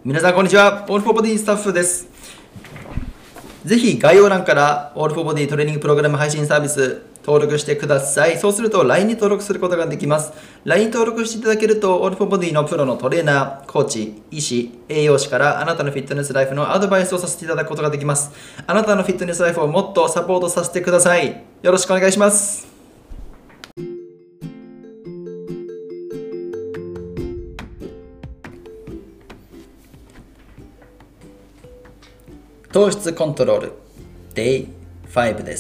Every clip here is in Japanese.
皆さんこんにちは。オールフォーボディスタッフです。ぜひ概要欄からオールフォーボディトレーニングプログラム配信サービス登録してください。そうすると LINE に登録することができます。LINE 登録していただけるとオールフォーボディのプロのトレーナー、コーチ、医師、栄養士からあなたのフィットネスライフのアドバイスをさせていただくことができます。あなたのフィットネスライフをもっとサポートさせてください。よろしくお願いします。糖質コントロール Day5 です。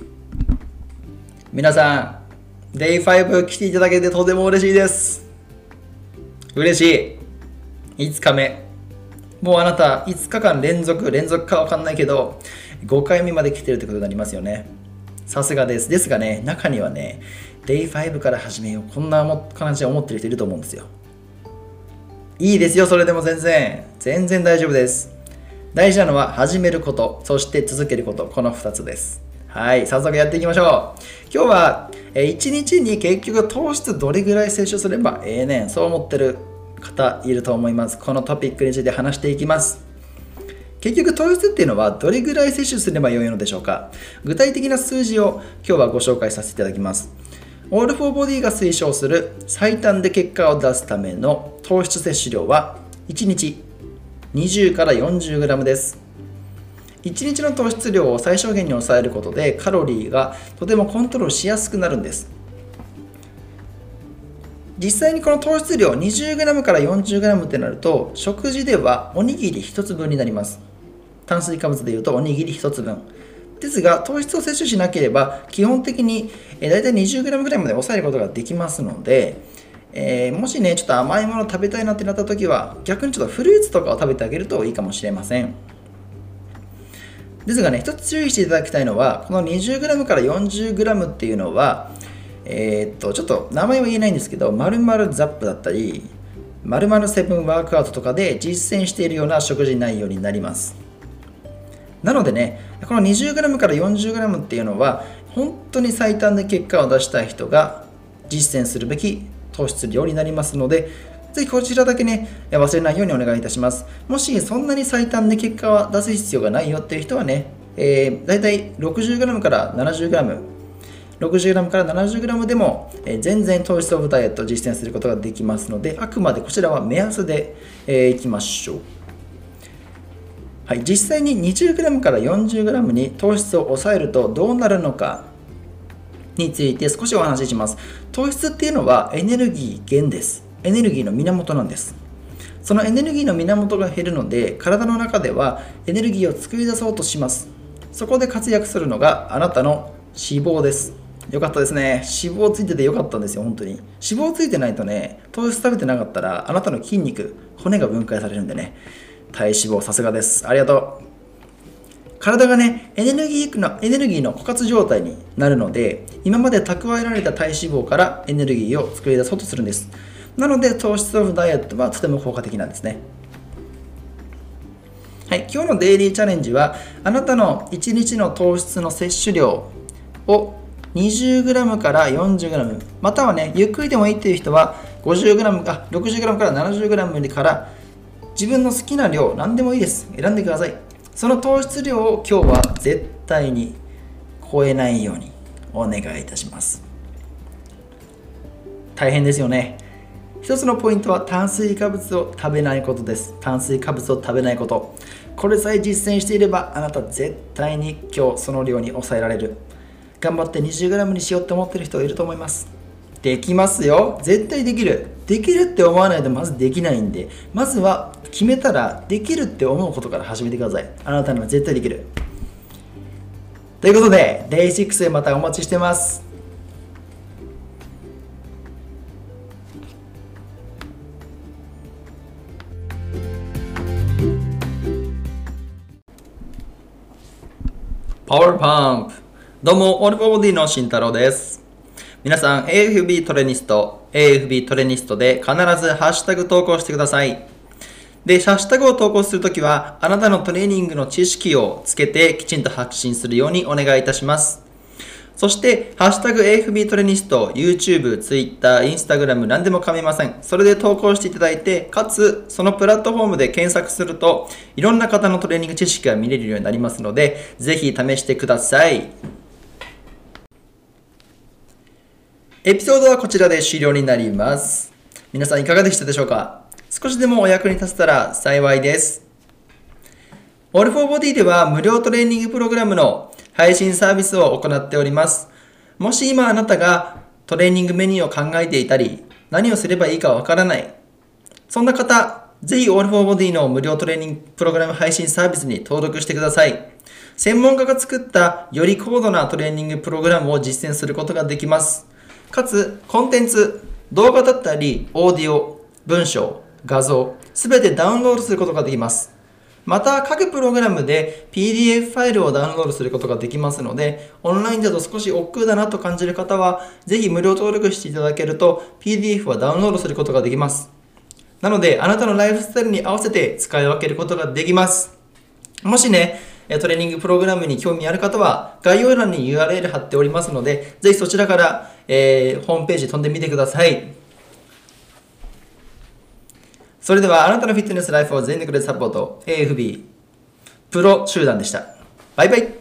皆さん Day5 来ていただけてとても嬉しいです。嬉しい。5日目、もうあなた5日間連続かわかんないけど5回目まで来てるってことになりますよね。さすがです。ですがね、中にはね Day5 から始めようこんな感じで思ってる人いると思うんですよ。いいですよ。それでも全然大丈夫です。大事なのは始めること、そして続けること、この2つです。はい、早速やっていきましょう。今日は1日に結局糖質どれぐらい摂取すればええねん、そう思ってる方いると思います。このトピックについて話していきます。結局糖質っていうのはどれぐらい摂取すればよいのでしょうか。具体的な数字を今日はご紹介させていただきます。オールフォーボディが推奨する最短で結果を出すための糖質摂取量は1日20から 40g です。1日の糖質量を最小限に抑えることでカロリーがとてもコントロールしやすくなるんです。実際にこの糖質量 20g から 40g ってなると食事ではおにぎり1つ分になります。炭水化物でいうとおにぎり1つ分ですが、糖質を摂取しなければ基本的にだいたい 20g ぐらいまで抑えることができますので、もしねちょっと甘いもの食べたいなってなった時は逆にちょっとフルーツとかを食べてあげるといいかもしれません。ですがね、一つ注意していただきたいのはこの 20g から 40g っていうのはちょっと名前は言えないんですけど〇〇ザップだったり〇〇セブンワークアウトとかで実践しているような食事内容になります。なのでね、この 20g から 40g っていうのは本当に最短で結果を出したい人が実践するべき糖質量になりますので、ぜひこちらだけね忘れないようにお願いいたします。もしそんなに最短で結果は出す必要がないよっていう人はね、だいたい 60g から 70g 60g から 70g でも、全然糖質オフダイエットを実践することができますので、あくまでこちらは目安で、いきましょう。はい、実際に 20g から 40g に糖質を抑えるとどうなるのかについて少しお話しします。糖質っていうのはエネルギー源です。エネルギーの源なんです。そのエネルギーの源が減るので体の中ではエネルギーを作り出そうとします。そこで活躍するのがあなたの脂肪です。よかったですね。脂肪ついててよかったんですよ。本当に脂肪ついてないとね、糖質食べてなかったらあなたの筋肉、骨が分解されるんでね、体脂肪さすがです。ありがとう。体がね、エネルギーの枯渇状態になるので、今まで蓄えられた体脂肪からエネルギーを作り出そうとするんです。なので、糖質オフダイエットはとても効果的なんですね。はい、今日のデイリーチャレンジは、あなたの1日の糖質の摂取量を 20g から 40g、またはね、ゆっくりでもいいっていう人は 60g から 70g から自分の好きな量、何でもいいです。選んでください。その糖質量を今日は絶対に超えないようにお願いいたします。大変ですよね。一つのポイントは炭水化物を食べないことです。炭水化物を食べないこと。これさえ実践していればあなた絶対に今日その量に抑えられる。頑張って 20g にしようって思ってる人いると思います。できますよ。絶対できる。できるって思わないとまずできないんで、まずは決めたらできるって思うことから始めてください。あなたには絶対できる。ということで Day6 でまたお待ちしてます。パワーパンプ。どうもオールフォーボディの慎太郎です。皆さん AFB トレニストで必ずハッシュタグ投稿してください。で、ハッシュタグを投稿するときはあなたのトレーニングの知識をつけてきちんと発信するようにお願いいたします。 そして、ハッシュタグ AFB トレニスト、YouTube、Twitter、Instagram 何でも構いません。それで投稿していただいて、かつ、そのプラットフォームで検索すると、いろんな方のトレーニング知識が見れるようになりますので、ぜひ試してください。エピソードはこちらで終了になります。皆さんいかがでしたでしょうか？少しでもお役に立てたら幸いです。All for Body では無料トレーニングプログラムの配信サービスを行っております。もし今あなたがトレーニングメニューを考えていたり、何をすればいいかわからない。そんな方、ぜひ All for Body の無料トレーニングプログラム配信サービスに登録してください。専門家が作ったより高度なトレーニングプログラムを実践することができます。かつ、コンテンツ、動画だったり、オーディオ、文章、画像、すべてダウンロードすることができます。また、各プログラムで PDF ファイルをダウンロードすることができますので、オンラインだと少し億劫だなと感じる方は、ぜひ無料登録していただけると、PDF はダウンロードすることができます。なので、あなたのライフスタイルに合わせて使い分けることができます。もしね、トレーニングプログラムに興味ある方は、概要欄に URL 貼っておりますので、ぜひそちらから、ホームページ飛んでみてください。それでは、あなたのフィットネスライフを全力でサポート、AFB プロ集団でした。バイバイ。